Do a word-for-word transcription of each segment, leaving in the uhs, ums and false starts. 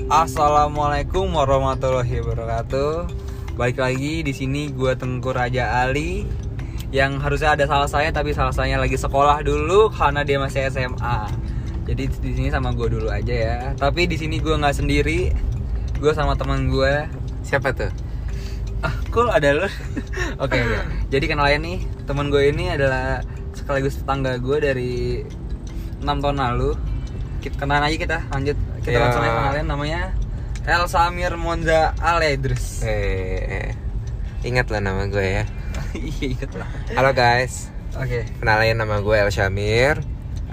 Assalamualaikum warahmatullahi wabarakatuh. Balik lagi di sini gue Tengku Raja Ali. Yang harusnya ada salah saya tapi salah saya lagi sekolah dulu karena dia masih S M A. Jadi di sini sama gue dulu aja ya. Tapi di sini gue nggak sendiri. Gue sama teman gue. Siapa tuh? Ah, cool ada lu. Oke, okay, okay. Jadi kenalin nih, teman gue ini adalah sekaligus tetangga gue dari enam tahun lalu. Kita kenalan aja kita, lanjut kita ya. Langsung aja kenalin, namanya El Samir Monza Aledrus. Eh, ingat lah nama gue ya. Iya ingat lah. Halo guys. Oke. Okay. Kenalin nama gue El Samir.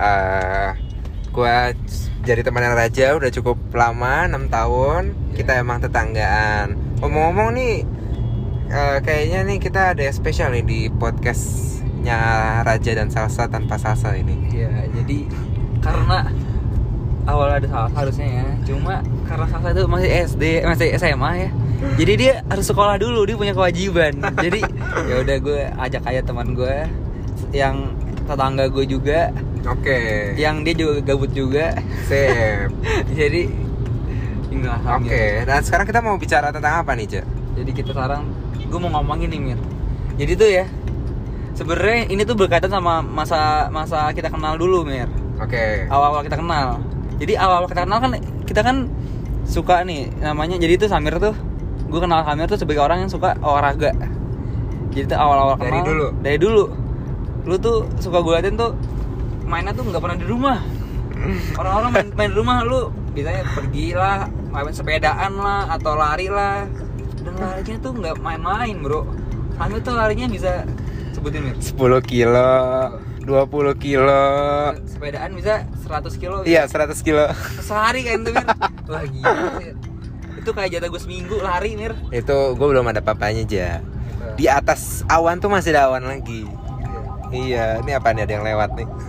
Uh, gue jadi teman Raja udah cukup lama, enam tahun. Yeah. Kita emang tetanggaan. Ngomong-ngomong nih, uh, kayaknya nih kita ada yang spesial nih di podcastnya Raja dan Salsa tanpa Salsa ini. Iya, yeah, jadi karena awal ada Salsa harusnya ya, cuma karena Salsa itu masih S D, masih S M A ya, jadi dia harus sekolah dulu, dia punya kewajiban. Jadi ya udah gue ajak aja teman gue yang tetangga gue juga, oke, okay. Yang dia juga gabut juga, sip. Jadi tinggal oke, okay. Dan sekarang kita mau bicara tentang apa nih, Cek? Jadi kita sekarang, gue mau ngomongin nih Mir. Jadi tuh ya, sebenarnya ini tuh berkaitan sama masa masa kita kenal dulu Mir. Oke. Okay. Awal-awal kita kenal. Jadi awal-awal kita kenal kan kita kan suka nih namanya. Jadi itu Samir tuh, gue kenal Samir tuh sebagai orang yang suka olahraga. Jadi tuh awal-awal kenal dari dulu. Dari dulu. Lu tuh suka gue liatin tuh mainnya tuh nggak pernah di rumah. Orang-orang main, main di rumah, lu biasanya pergi lah, main sepedaan lah atau lari lah. Dan larinya tuh nggak main-main bro. Samir tuh larinya bisa sebutin Mir. sepuluh kilo. dua puluh kilo. Sepedaan bisa seratus kilo. Iya, seratus kilo. Sehari kan tuh Mir. Wah gila sih. Itu kayak jatah gue seminggu lari Mir. Itu gue belum ada papanya aja. Gitu. Di atas awan tuh masih ada awan lagi. Iya, ini apa nih, ada yang lewat nih.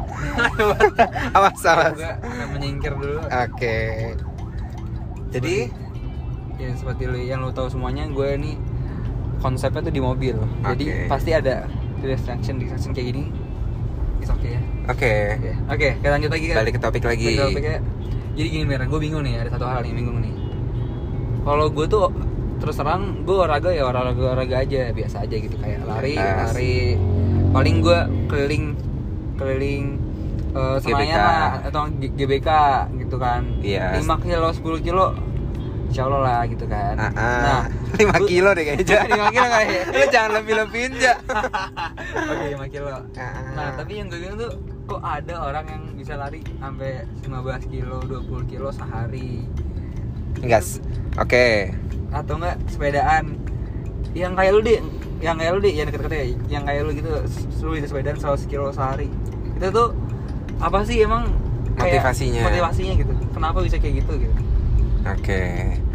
Awas, awas. Gue akan menyingkir dulu. Oke. Okay. Jadi ya seperti yang lo tahu semuanya, gue ini konsepnya tuh di mobil. Jadi okay. Pasti ada distraction distraction kayak gini. Oke okay, ya. Oke. Okay. Oke, okay. okay, kita lanjut lagi kan. Balik ke topik lagi. Balik ke topiknya. Jadi gini Mir, gue bingung nih, ada satu hal nih bingung nih. Kalau gue tuh terus terang, gue olahraga ya olahraga olahraga aja, biasa aja gitu, kayak lari, yes. lari. Paling gue keliling keliling uh, Senayan lah atau G B K gitu kan. Yes. lima kilo, sepuluh kilo. Insya Allah lah gitu kan. Uh-uh. Nah, lima kilo deh kayaknya. lima kilo kayaknya. Lu jangan lebih-lebihin aja. Oke, lima kilo. Uh-uh. Nah, tapi yang gue bilang tuh kok ada orang yang bisa lari sampai lima belas kilo, dua puluh kilo sehari. Enggak. Oke. Okay. Atau enggak sepedaan. Yang kayak lu, Di. Yang kayak lu, Di, yang deket-deket ya. Yang kayak lu gitu, lu di sepedaan seratus kilo sehari. Itu tuh apa sih emang motivasinya? Motivasinya gitu. Kenapa bisa kayak gitu gitu? Oke, okay.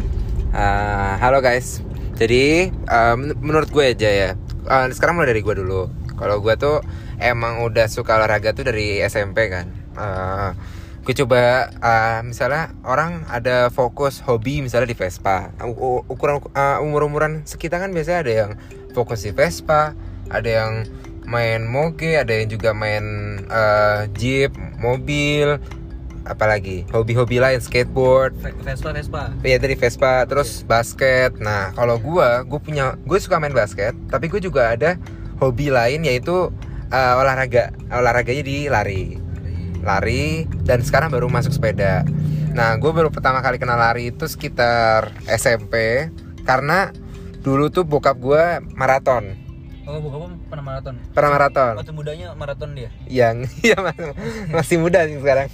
uh, halo guys. Jadi uh, menurut gue aja ya. Uh, sekarang mulai dari gue dulu. Kalau gue tuh emang udah suka olahraga tuh dari S M P kan. Uh, gue coba uh, misalnya orang ada fokus hobi misalnya di Vespa. Uh, ukuran uh, umur-umuran sekitar kan biasanya ada yang fokus di Vespa, ada yang main moge, ada yang juga main uh, jeep, mobil. Apalagi hobi-hobi lain, skateboard, Vespa, Vespa. Iya dari Vespa, terus yeah. basket. Nah kalau gue, gue punya, gue suka main basket, tapi gue juga ada hobi lain yaitu uh, olahraga, olahraganya di lari, lari, dan sekarang baru masuk sepeda. Nah gue baru pertama kali kenal lari itu sekitar S M P, karena dulu tuh bokap gue maraton. Oh, bokap pernah maraton? Pernah maraton. Waktu mudanya maraton dia? Yang, iya masih muda sih sekarang.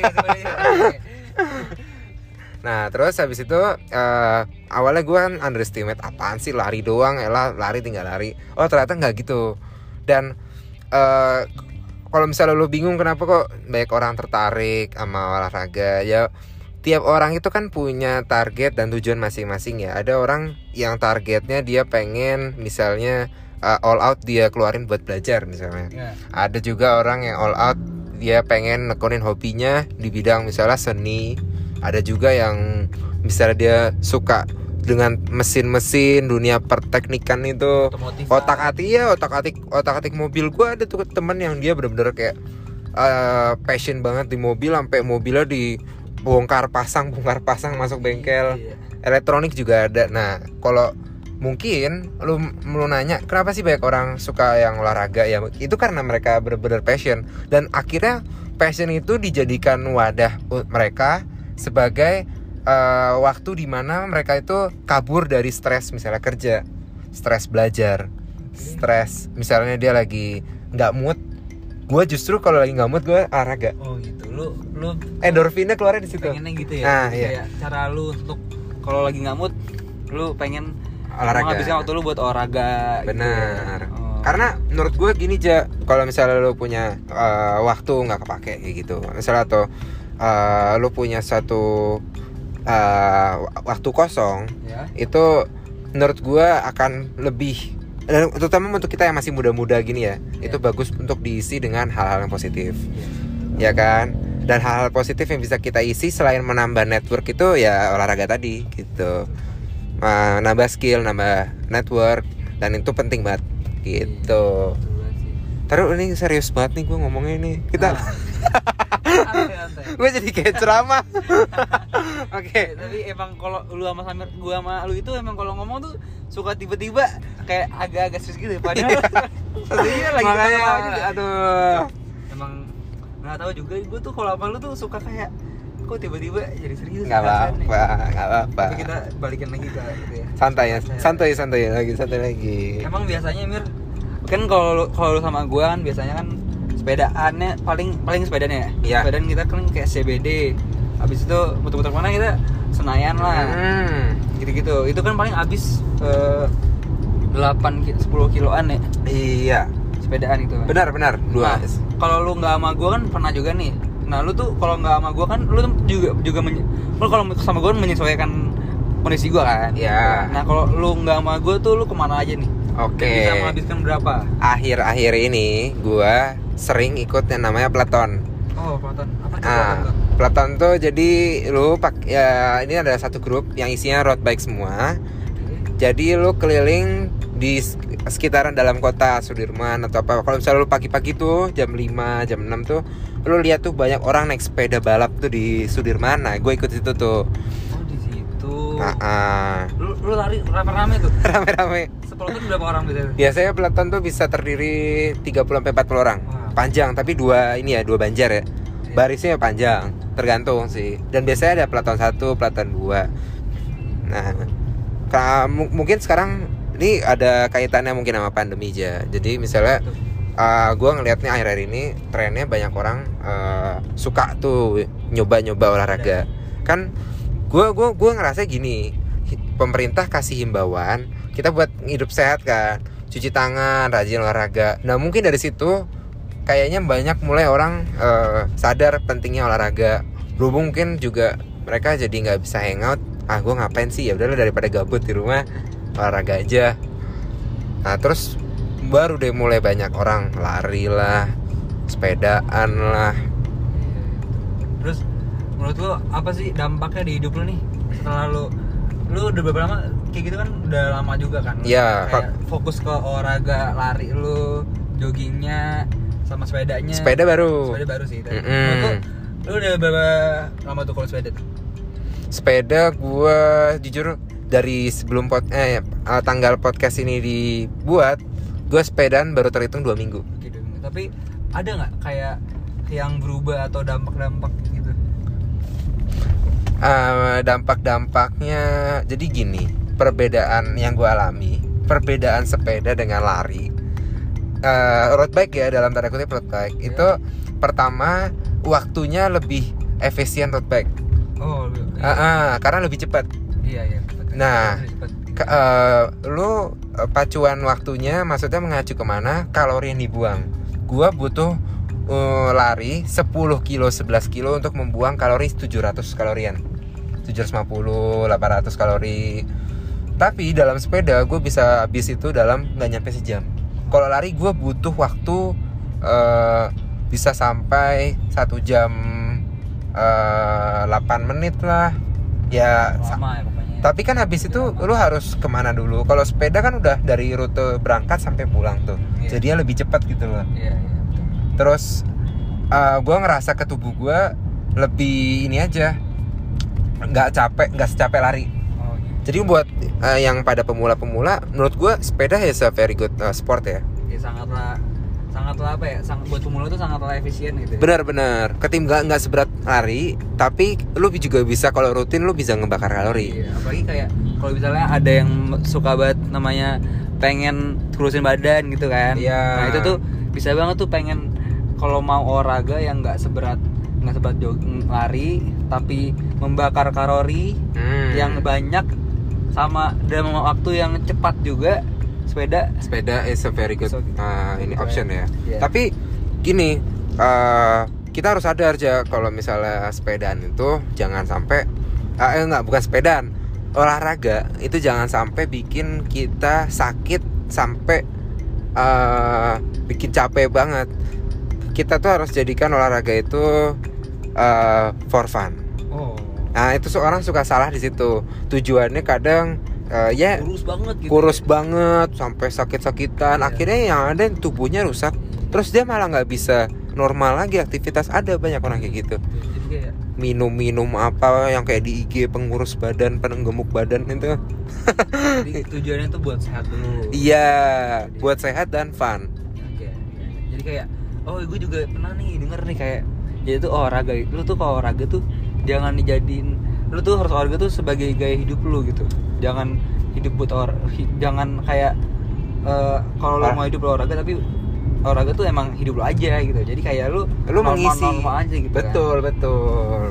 Nah terus habis itu uh, awalnya gue kan underestimate, apaan sih lari doang, elah lari tinggal lari. Oh ternyata nggak gitu. Dan uh, kalau misalnya lo bingung kenapa kok banyak orang tertarik sama olahraga, ya tiap orang itu kan punya target dan tujuan masing-masing ya. Ada orang yang targetnya dia pengen misalnya Uh, all out dia keluarin buat belajar misalnya. Yeah. Ada juga orang yang all out dia pengen nekunin hobinya di bidang misalnya seni. Ada juga yang misalnya dia suka dengan mesin-mesin, dunia perteknikan itu, otak-atik ya, otak-atik otak-atik mobil. Gue ada tuh temen yang dia benar-benar kayak uh, passion banget di mobil, sampai mobilnya di bongkar pasang bongkar pasang masuk bengkel. Iya. Elektronik juga ada. Nah, kalau mungkin lu lu nanya kenapa sih banyak orang suka yang olahraga, ya itu karena mereka benar-benar passion, dan akhirnya passion itu dijadikan wadah mereka sebagai uh, waktu di mana mereka itu kabur dari stres, misalnya kerja, stres belajar, stres misalnya dia lagi nggak mood. Gue justru kalau lagi nggak mood gue olahraga. Oh gitu. Lu lu endorfinnya keluar di situ. Pengennya gitu ya. Nah, kayak iya. cara lu untuk kalau lagi nggak mood, lu pengen olahraga. menghabiskan waktu lu buat olahraga. Benar. Gitu. Oh. Karena menurut gue gini aja, kalau misalnya lu punya uh, waktu nggak kepake kayak gitu, misalnya atau uh, lu punya satu uh, waktu kosong, ya? Itu menurut gue akan lebih, dan terutama untuk kita yang masih muda-muda gini ya, ya. itu bagus untuk diisi dengan hal-hal yang positif, ya. ya kan? Dan hal-hal positif yang bisa kita isi selain menambah network itu ya olahraga tadi gitu, uh, nambah skill, nambah network, dan itu penting banget gitu. Taruh ini serius banget nih gue ngomongnya ini. Kita nah. gue jadi kayak ceramah. Oke. Okay. Tapi emang kalau lu sama Samir, gue sama lu itu emang kalau ngomong tuh suka tiba-tiba kayak agak-agak serius gitu. Padahal sebenarnya lagi makanya, juga. Aduh. Emang nggak tahu juga gue tuh kalau sama lu tuh suka kayak kok tiba-tiba jadi serius. Nggak apa-apa, nggak apa-apa. Tapi kita balikin lagi ke gitu ya. Santai ya, santai santai lagi, santai lagi. Emang biasanya Mir kan kalau kalau lu sama gue kan biasanya kan sepedaannya paling paling sepedanya ya. Iya. Sepedaan kita kan kayak C B D. Habis itu muter-muter mana kita Senayan lah. Hmm. Gitu-gitu. Itu kan paling habis uh, delapan sepuluh kiloan ya. Iya. Sepedaan itu kan. Benar benar. Dua. Nah, kalau lu nggak sama gue kan pernah juga nih. Nah, lu tuh kalau nggak sama gue kan lu tuh juga juga menye- lu kalau sama gue menyesuaikan kondisi gue kan. Iya. Nah, kalau lu nggak sama gue tuh lu kemana aja nih? Oke. Dan bisa menghabiskan berapa? Akhir-akhir ini gua sering ikut yang namanya Peloton. Oh, Peloton. Apa tuh Ah, Peloton? Peloton tuh jadi lu pak ya ini ada satu grup yang isinya road bike semua. Jadi lu keliling di sekitaran dalam kota Sudirman atau apa. Kalau misalnya lu pagi-pagi tuh jam lima, jam enam tuh lu lihat tuh banyak orang naik sepeda balap tuh di Sudirman. Nah, gue ikut situ tuh. Oh, di situ. Nah, ah. Lu lu lari rame-rame tuh. Rame-rame. Sepeloton berapa orang biasanya? Biasanya peloton tuh bisa terdiri tiga puluh sampai empat puluh orang. Wah. Panjang, tapi dua ini ya, dua banjar ya. Barisnya panjang, tergantung sih. Dan biasanya ada peloton satu, peloton dua. Nah, ka- m- mungkin sekarang ini ada kaitannya mungkin sama pandemi aja. Jadi misalnya uh, gue ngelihatnya akhir-akhir ini trennya banyak orang uh, suka tuh nyoba-nyoba olahraga. Kan gue gue gue ngerasa gini, pemerintah kasih himbauan kita buat hidup sehat kan, cuci tangan, rajin olahraga. Nah mungkin dari situ kayaknya banyak mulai orang uh, sadar pentingnya olahraga. Berhubung mungkin juga mereka jadi nggak bisa hangout. Ah gue ngapain sih, ya udahlah daripada gabut di rumah olahraga aja. Nah terus baru deh mulai banyak orang lari lah, sepedaan lah. Terus menurut lu apa sih dampaknya di hidup lu nih setelah lu lu udah berapa lama kayak gitu kan, udah lama juga kan? Iya. Kayak fokus ke olahraga, lari lu, joggingnya, sama sepedanya. Sepeda baru. Sepeda baru sih. Mm-mm. Menurut lu, lu udah berapa lama tuh kalau sepeda tuh? Sepeda gue jujur dari sebelum pod, eh, tanggal podcast ini dibuat, gue sepedaan baru terhitung dua minggu. Gitu. Tapi ada nggak kayak yang berubah atau dampak-dampak gitu? Uh, dampak-dampaknya jadi gini, perbedaan yang gue alami, perbedaan sepeda dengan lari, uh, road bike ya dalam tanda kutip road bike yeah. Itu pertama waktunya lebih efisien road bike. Oh, iya. uh, uh, karena lebih cepat. Iya iya. Nah, ke, uh, lu uh, pacuan waktunya maksudnya mengacu kemana, kalori yang dibuang. Gua butuh uh, lari sepuluh kilo, sebelas kilo untuk membuang kalori tujuh ratus kalorian, tujuh ratus lima puluh, delapan ratus kalori. Tapi dalam sepeda gue bisa habis itu dalam nggak nyampe sejam. Kalau lari gue butuh waktu uh, bisa sampai satu jam uh, delapan menit lah. Ya, lama ya pokoknya. Tapi kan habis itu lu harus kemana dulu. Kalau sepeda kan udah dari rute berangkat sampai pulang tuh. Iya. Jadinya lebih cepat gitu loh. Iya, iya, betul. Terus uh, gue ngerasa ke tubuh gue lebih ini aja, nggak capek, nggak secapek lari. Oh, gitu. Jadi buat uh, yang pada pemula-pemula, menurut gue sepeda is a very good uh, sport ya. Ya sangatlah sangatlah apa ya? Sangat buat pemula tuh sangatlah efisien gitu. Ya. Benar-benar. Ketimbang nggak seberat lari, tapi lu juga bisa kalau rutin lu bisa ngebakar kalori. Iya, apalagi kayak kalau misalnya ada yang suka banget namanya pengen kurusin badan gitu kan. Iya. Nah, itu tuh bisa banget tuh pengen kalau mau olahraga yang nggak seberat nggak seberat jogging lari tapi membakar kalori Hmm. yang banyak sama dalam waktu yang cepat juga, sepeda Sepeda is a very good So, uh, ini gitu option ya. ya. Yeah. Tapi gini, uh, kita harus sadar aja kalau misalnya sepedaan itu jangan sampai uh, eh enggak bukan sepedaan, olahraga itu jangan sampai bikin kita sakit sampai uh, bikin capek banget. Kita tuh harus jadikan olahraga itu uh, for fun. Oh. Nah itu seorang suka salah di situ. Tujuannya kadang uh, ya Kurus banget gitu. kurus ya. banget sampai sakit-sakitan. Iya. Akhirnya yang ada tubuhnya rusak. Terus dia malah nggak bisa normal lagi aktivitas. Ada banyak orang kayak gitu. Jadi kayak Minum-minum apa yang kayak di I G pengurus badan, penggemuk badan itu. jadi tujuannya tuh buat sehat dulu. Iya, buat sehat dan fun. Oke. Jadi kayak oh gue juga pernah nih denger nih kayak jadi tuh olahraga lu tuh kalau olahraga tuh jangan dijadiin lu tuh harus olahraga tuh sebagai gaya hidup lu gitu. Jangan hidup buat or hi, jangan kayak uh, kalau lu Ah. mau hidup lu olahraga tapi olahraga tuh emang hidup lu aja gitu. Jadi kayak lu Lu mengisi. normal aja gitu. Betul, betul.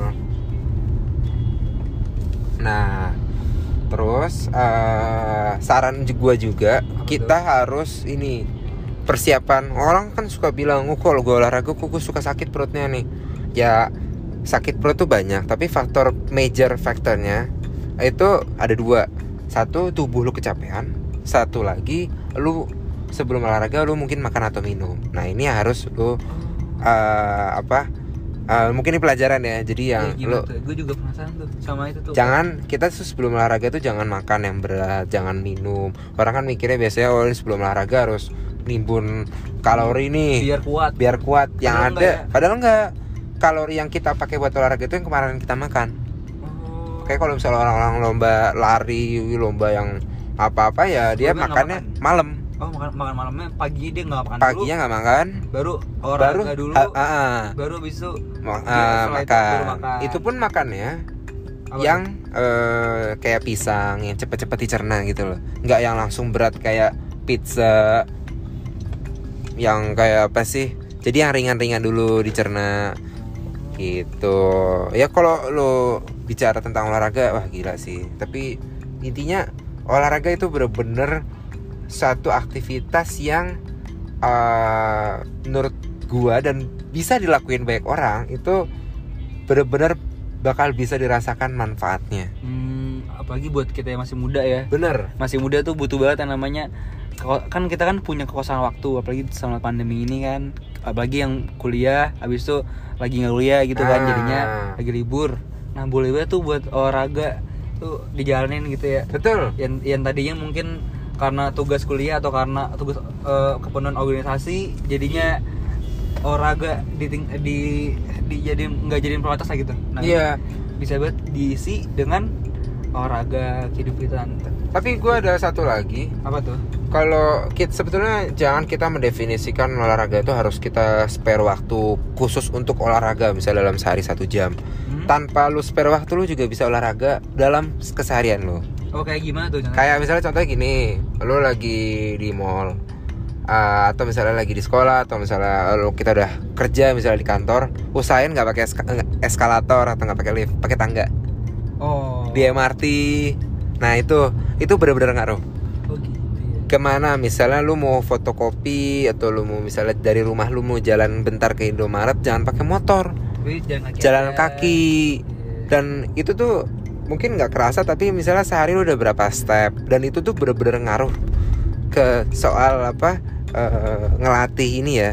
Nah, terus uh, saran gue juga Apa kita harus ini persiapan. Orang kan suka bilang, oh kalau gue olahraga kok gue suka sakit perutnya nih. Ya sakit perut tuh banyak, tapi faktor major faktornya itu ada dua. Satu, tubuh lu kecapean. Satu lagi, lu sebelum olahraga lu mungkin makan atau minum. Nah ini harus lu uh, apa? Uh, mungkin ini pelajaran ya. Jadi yang Ya, lu gue juga penasaran tuh sama itu tuh. jangan kita tuh sebelum olahraga tuh jangan makan yang berat, jangan minum. Orang kan mikirnya biasanya oh ini sebelum olahraga harus nimbun kalori nih biar kuat. biar kuat. Yang Padahal ada enggak ya? padahal enggak. Kalori yang kita pakai buat olahraga itu yang kemarin kita makan. Oh. Kayak kalau misalnya orang-orang lomba lari, lomba yang apa-apa ya dia Sebelumnya nggak makannya makan. malam. Oh makan makan malamnya pagi dia nggak makan Paginya dulu. nggak makan. Baru olahraga Baru dulu. ah, ah, ah. Baru habis itu Ma- dia ah, setelah itu makan. baru makan. Itu pun makannya Apa yang eh, kayak pisang yang cepet-cepet dicerna gitu loh, nggak yang langsung berat kayak pizza yang kayak apa sih, jadi yang ringan-ringan dulu dicerna gitu ya. Kalau lo bicara tentang olahraga wah gila sih, tapi intinya olahraga itu bener-bener satu aktivitas yang uh, menurut gua dan bisa dilakuin banyak orang itu bener-bener bakal bisa dirasakan manfaatnya. Hmm, apalagi buat kita yang masih muda ya. Bener. Masih muda tuh butuh banget yang namanya kan kita kan punya kekosongan waktu apalagi sama pandemi ini kan, apalagi yang kuliah habis itu lagi nggak kuliah gitu kan, Ah. jadinya lagi libur. Nah boleh banget tuh buat olahraga tuh dijalanin gitu ya. Betul. Yang yang tadinya mungkin karena tugas kuliah atau karena tugas uh, kepenuhan organisasi jadinya olahraga di di, di jadi nggak jadiin prioritas lah gitu. Nah, Iya. bisa banget diisi dengan olahraga kehidupan. Tapi gue ada satu lagi. Apa tuh? Kalau kita sebetulnya jangan kita mendefinisikan olahraga itu harus kita spare waktu khusus untuk olahraga misalnya dalam sehari satu jam. Hmm? Tanpa lu spare waktu lu juga bisa olahraga dalam keseharian lu. Oh kayak gimana tuh? Contohnya? Kayak misalnya contohnya gini, lu lagi di mall uh, atau misalnya lagi di sekolah atau misalnya lu kita udah kerja misalnya di kantor, usahain nggak pakai eska- eskalator atau nggak pakai lift, pakai tangga. Oh. Di M R T. Nah itu itu benar-benar ngaruh. Oh gitu ya. Kemana misalnya lu mau fotokopi atau lu mau misalnya dari rumah lu mau jalan bentar ke Indomaret, jangan pakai motor, Wih, jalan kaki. jalan aja. kaki. Iya. Dan itu tuh mungkin nggak kerasa tapi misalnya sehari lu udah berapa step, dan itu tuh bener-bener ngaruh ke soal apa uh, ngelatih ini ya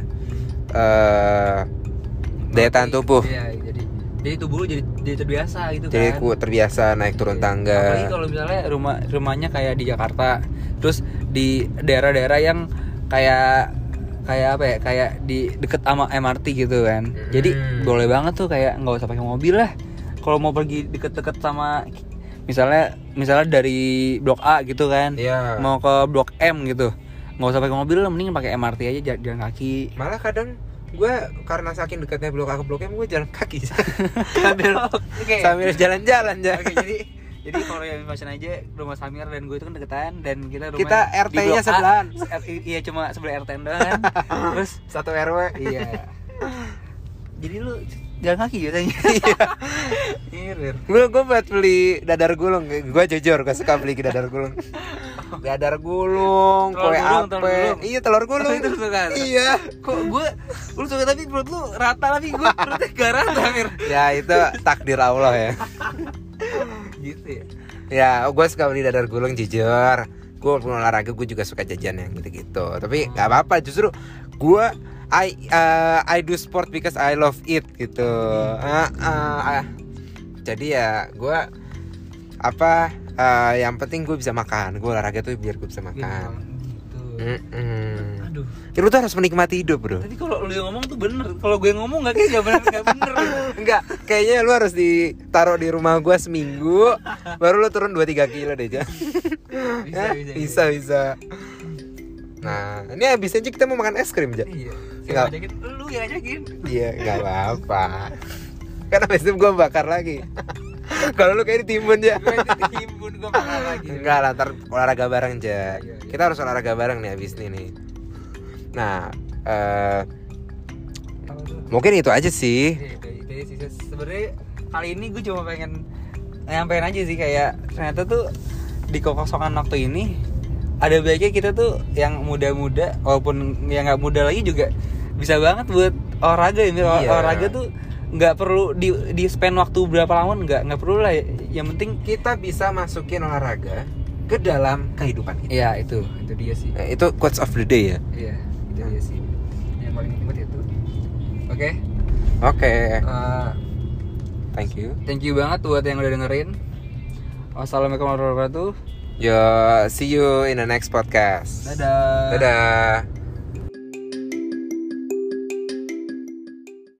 uh, daya tahan tubuh. Iya, jadi jadi tubuh lu jadi jadi terbiasa gitu Jadi kan. ku terbiasa naik turun Iya. tangga. Apalagi kalau misalnya rumah rumahnya kayak di Jakarta, terus di daerah-daerah yang kayak kayak apa ya, kayak di deket sama M R T gitu kan. Jadi Hmm. boleh banget tuh kayak nggak usah pakai mobil lah, kalau mau pergi deket-deket sama misalnya misalnya dari blok A gitu kan, Iya. mau ke blok M gitu, nggak usah pakai mobil, mending pakai M R T aja, jalan kaki. Malah kadang gue karena saking dekatnya blok A ke blok M, gue jalan kaki sambil Oke. sambil jalan-jalan aja. Oke, jadi jadi kalau yang fashion aja rumah Samir dan gue itu kan deketan, dan kita rumah Kita R T-nya di blok A, sebelahan. R- iya cuma sebelah R T doang kan. Terus Satu R W. iya. Jadi lu jalan kaki biasanya. Iya. Gue gue buat beli dadar gulung, gue jujur gue suka beli dadar gulung. Dadar gulung, Telur kue gulung, telur ape, gulung. iya telur gulung. Itu suka. Iya. Kok gue lu suka tapi perut lu rata, tapi gue perutnya gak rata, Mir. Ya itu takdir Allah ya. Gitu ya. Ya, gue suka beli dadar gulung jujur. Gue pun olahraga, gue juga suka jajan yang gitu-gitu. Tapi nggak apa-apa, justru gue I uh, I do sport because I love it gitu. Uh, uh, uh. Jadi ya gue apa? Uh, yang penting gue bisa makan. Gue olahraga tuh biar gue bisa makan. Gitu. Mm-mm. Aduh. Ya, lu tuh harus menikmati hidup, bro. Tapi kalau lu yang ngomong tuh bener. Kalau gue yang ngomong nggak kayak nggak bener, nggak bener. Enggak, kayaknya lu harus ditaruh di rumah gue seminggu, baru lu turun dua tiga kilo deh, Jan. Bisa, Ya, bisa, bisa, bisa. Nah, ini habis aja kita mau makan es krim, Jan. Iya. Nggak. Siapa ajakin? Lu yang ajakin. Iya, enggak apa-apa. Kan habis itu gue bakar lagi. Kalau lu kayak ditimbun, ya. Gue ditimbun, gue makan lagi. Enggak lah, ntar olahraga bareng aja. Iya, iya. Kita harus olahraga bareng nih habis ini nih. Nah, eh Apa tuh? mungkin itu aja sih. Iya, itu, itu aja sih. Sebenarnya kali ini gue cuma pengen nyampein aja sih, kayak ternyata tuh di kekosongan waktu ini ada baiknya kita tuh yang muda-muda, walaupun yang nggak muda lagi juga bisa banget buat olahraga ya. Mir. Iya. Olahraga tuh nggak perlu di di spend waktu berapa lama, nggak nggak perlu lah. Yang penting Kita bisa masukin olahraga ke dalam kehidupan kita. ya itu itu dia sih. Eh, itu quotes of the day ya. Iya, itu dia sih. Yang paling penting itu. Oke. Oke, eh, thank you. thank you banget buat yang udah dengerin. Wassalamualaikum warahmatullahi wabarakatuh. Yo, see you in the next podcast. Dadah. Dadah.